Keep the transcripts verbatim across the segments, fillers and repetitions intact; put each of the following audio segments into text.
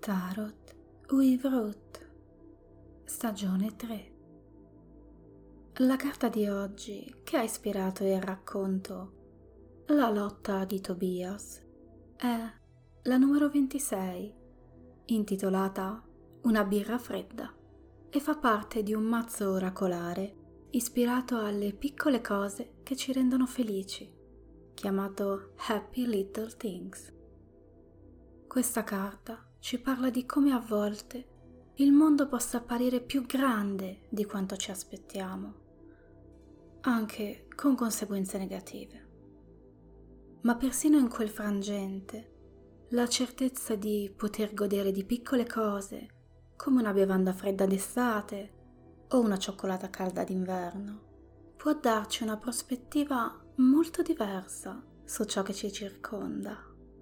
Tarot Uivrut, stagione tre. La carta di oggi che ha ispirato il racconto La lotta di Tobias è la numero ventisei, intitolata Una birra fredda, e fa parte di un mazzo oracolare ispirato alle piccole cose che ci rendono felici, chiamato Happy Little Things. Questa carta ci parla di come a volte il mondo possa apparire più grande di quanto ci aspettiamo, anche con conseguenze negative. Ma persino in quel frangente, la certezza di poter godere di piccole cose, come una bevanda fredda d'estate o una cioccolata calda d'inverno, può darci una prospettiva molto diversa su ciò che ci circonda.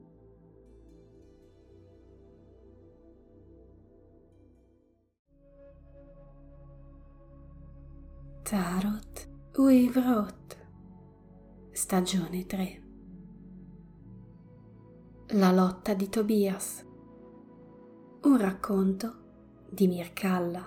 Tarot Uivrut, stagione tre. La lotta di Tobias, un racconto di Mircalla.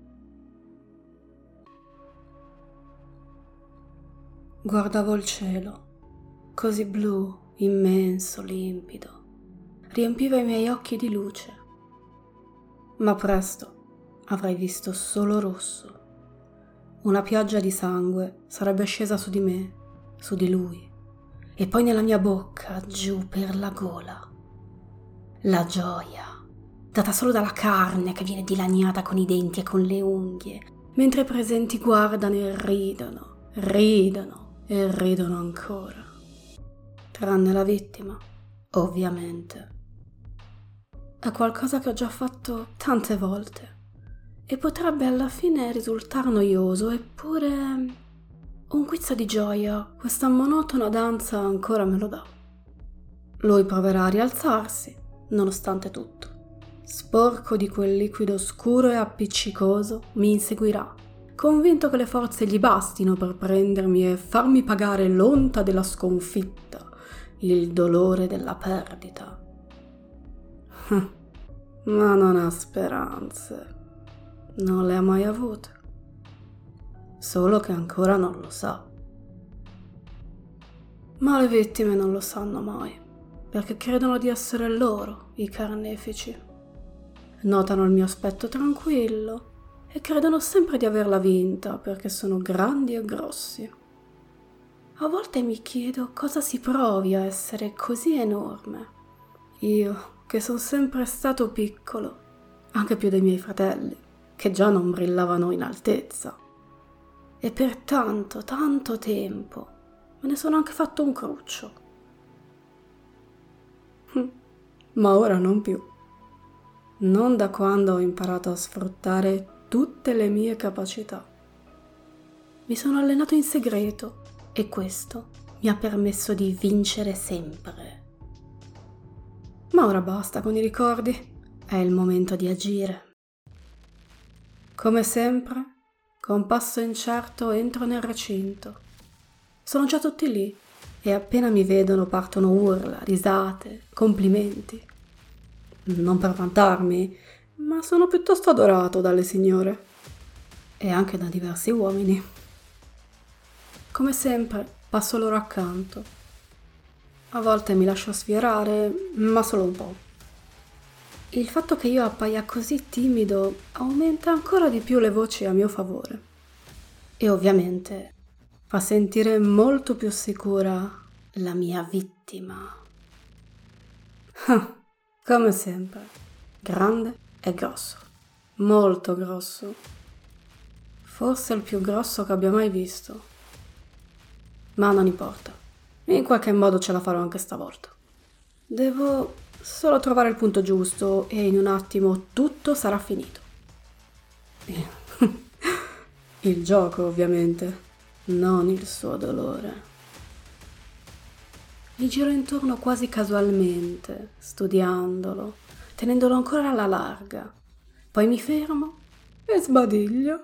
Guardavo il cielo, così blu, immenso, limpido, riempiva i miei occhi di luce, ma presto avrei visto solo rosso. Una pioggia di sangue sarebbe scesa su di me, su di lui, e poi nella mia bocca, giù per la gola. La gioia, data solo dalla carne che viene dilaniata con i denti e con le unghie, mentre i presenti guardano e ridono, ridono e ridono ancora. Tranne la vittima, ovviamente. È qualcosa che ho già fatto tante volte. E potrebbe alla fine risultare noioso, eppure un guizzo di gioia, questa monotona danza ancora me lo dà. Lui proverà a rialzarsi, nonostante tutto. Sporco di quel liquido scuro e appiccicoso, mi inseguirà, convinto che le forze gli bastino per prendermi e farmi pagare l'onta della sconfitta, il dolore della perdita. Ma non ha speranze. Non le ha mai avute, solo che ancora non lo sa. Ma le vittime non lo sanno mai, perché credono di essere loro i carnefici. Notano il mio aspetto tranquillo e credono sempre di averla vinta perché sono grandi e grossi. A volte mi chiedo cosa si provi a essere così enorme. Io, che sono sempre stato piccolo, anche più dei miei fratelli, che già non brillavano in altezza. E per tanto, tanto tempo me ne sono anche fatto un cruccio. Ma ora non più. Non da quando ho imparato a sfruttare tutte le mie capacità. Mi sono allenato in segreto e questo mi ha permesso di vincere sempre. Ma ora basta con i ricordi, è il momento di agire. Come sempre, con passo incerto entro nel recinto. Sono già tutti lì e appena mi vedono partono urla, risate, complimenti. Non per vantarmi, ma sono piuttosto adorato dalle signore e anche da diversi uomini. Come sempre, passo loro accanto. A volte mi lascio sfiorare, ma solo un po'. Il fatto che io appaia così timido aumenta ancora di più le voci a mio favore e ovviamente fa sentire molto più sicura la mia vittima. Come sempre, grande e grosso, molto grosso, forse il più grosso che abbia mai visto, ma non importa, in qualche modo ce la farò anche stavolta. Devo solo trovare il punto giusto e in un attimo tutto sarà finito. Il gioco, ovviamente, non il suo dolore. Mi giro intorno quasi casualmente, studiandolo, tenendolo ancora alla larga. Poi mi fermo e sbadiglio.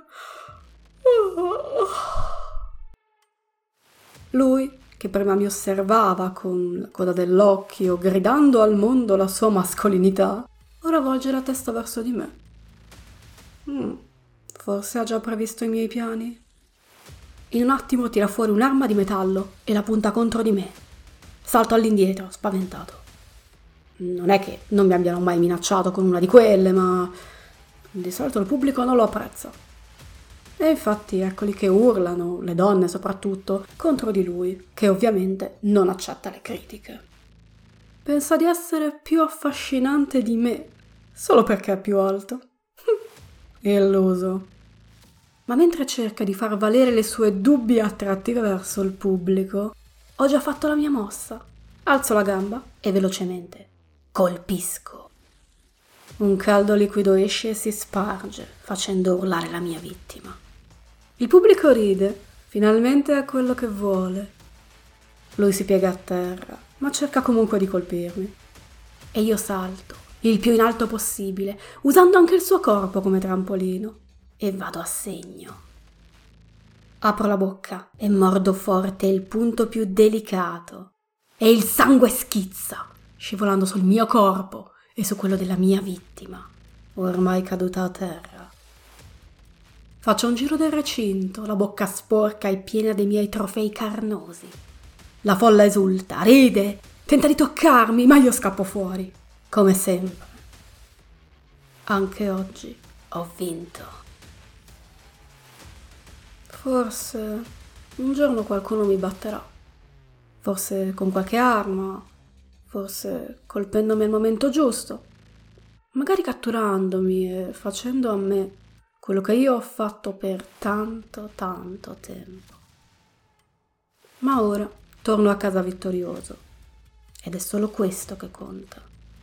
Lui, che prima mi osservava con la coda dell'occhio, gridando al mondo la sua mascolinità, ora volge la testa verso di me. Mm, forse ha già previsto i miei piani. In un attimo tira fuori un'arma di metallo e la punta contro di me. Salto all'indietro, spaventato. Non è che non mi abbiano mai minacciato con una di quelle, ma di solito il pubblico non lo apprezza. E infatti eccoli che urlano, le donne soprattutto, contro di lui, che ovviamente non accetta le critiche. Pensa di essere più affascinante di me, solo perché è più alto. Illuso. Ma mentre cerca di far valere le sue dubbie attrattive verso il pubblico, ho già fatto la mia mossa. Alzo la gamba e velocemente colpisco. Un caldo liquido esce e si sparge, facendo urlare la mia vittima. Il pubblico ride, finalmente è quello che vuole. Lui si piega a terra, ma cerca comunque di colpirmi. E io salto, il più in alto possibile, usando anche il suo corpo come trampolino, e vado a segno. Apro la bocca e mordo forte il punto più delicato, e il sangue schizza, scivolando sul mio corpo e su quello della mia vittima, ormai caduta a terra. Faccio un giro del recinto, la bocca sporca e piena dei miei trofei carnosi. La folla esulta, ride, tenta di toccarmi, ma io scappo fuori, come sempre. Anche oggi ho vinto. Forse un giorno qualcuno mi batterà. Forse con qualche arma, forse colpendomi al momento giusto, magari catturandomi e facendo a me quello che io ho fatto per tanto, tanto tempo. Ma ora torno a casa vittorioso ed è solo questo che conta.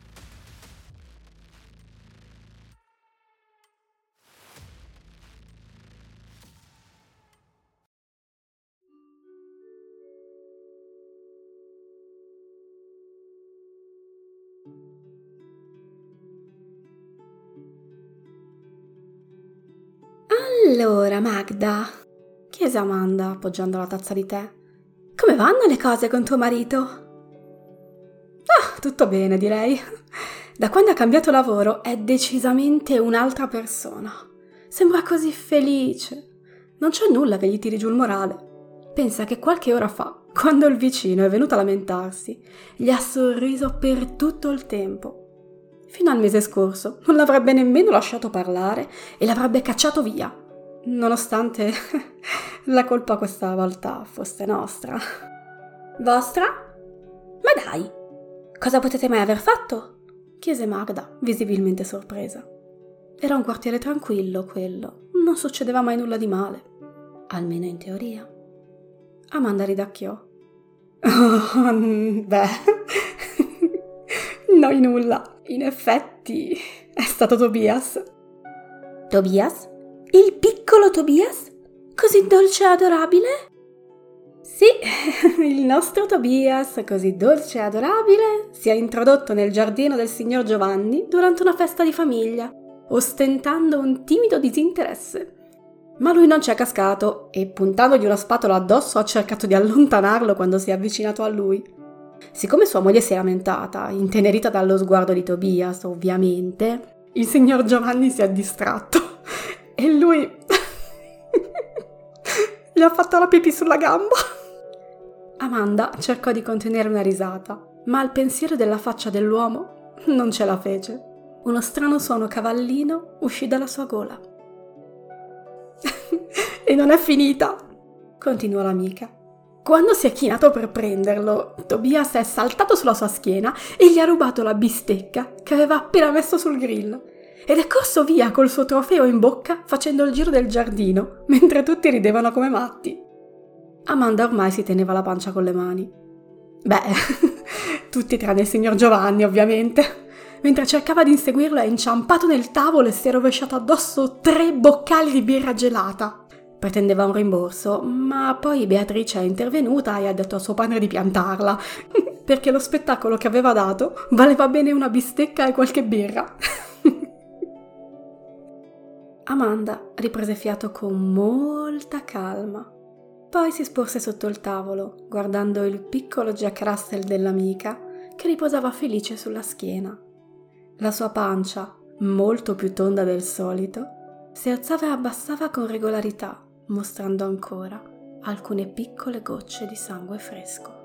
Allora, Magda, chiese Amanda appoggiando la tazza di tè, come vanno le cose con tuo marito? Ah, tutto bene, direi. Da quando ha cambiato lavoro è decisamente un'altra persona. Sembra così felice. Non c'è nulla che gli tiri giù il morale. Pensa che qualche ora fa, quando il vicino è venuto a lamentarsi, gli ha sorriso per tutto il tempo. Fino al mese scorso non l'avrebbe nemmeno lasciato parlare e l'avrebbe cacciato via, nonostante la colpa questa volta fosse nostra. Vostra? Ma dai, cosa potete mai aver fatto? Chiese Magda, visibilmente sorpresa. Era un quartiere tranquillo quello, non succedeva mai nulla di male, almeno in teoria. Amanda ridacchiò. Oh, beh, noi nulla, in effetti è stato Tobias. Tobias? Il piccolo Tobias? Così dolce e adorabile? Sì, il nostro Tobias, così dolce e adorabile, si è introdotto nel giardino del signor Giovanni durante una festa di famiglia, ostentando un timido disinteresse. Ma lui non ci è cascato e, puntandogli una spatola addosso, ha cercato di allontanarlo quando si è avvicinato a lui. Siccome sua moglie si è lamentata, intenerita dallo sguardo di Tobias, ovviamente, il signor Giovanni si è distratto e lui gli ha fatto la pipì sulla gamba. Amanda cercò di contenere una risata, ma al pensiero della faccia dell'uomo non ce la fece. Uno strano suono cavallino uscì dalla sua gola. E non è finita, continuò l'amica. Quando si è chinato per prenderlo, Tobias è saltato sulla sua schiena e gli ha rubato la bistecca che aveva appena messo sul grill. Ed è corso via col suo trofeo in bocca facendo il giro del giardino, mentre tutti ridevano come matti. Amanda ormai si teneva la pancia con le mani. Beh, tutti tranne il signor Giovanni, ovviamente. Mentre cercava di inseguirlo è inciampato nel tavolo e si è rovesciato addosso tre boccali di birra gelata. Pretendeva un rimborso, ma poi Beatrice è intervenuta e ha detto a suo padre di piantarla, perché lo spettacolo che aveva dato valeva bene una bistecca e qualche birra. Amanda riprese fiato con molta calma. Poi si sporse sotto il tavolo, guardando il piccolo Jack Russell dell'amica che riposava felice sulla schiena. La sua pancia, molto più tonda del solito, si alzava e abbassava con regolarità, mostrando ancora alcune piccole gocce di sangue fresco.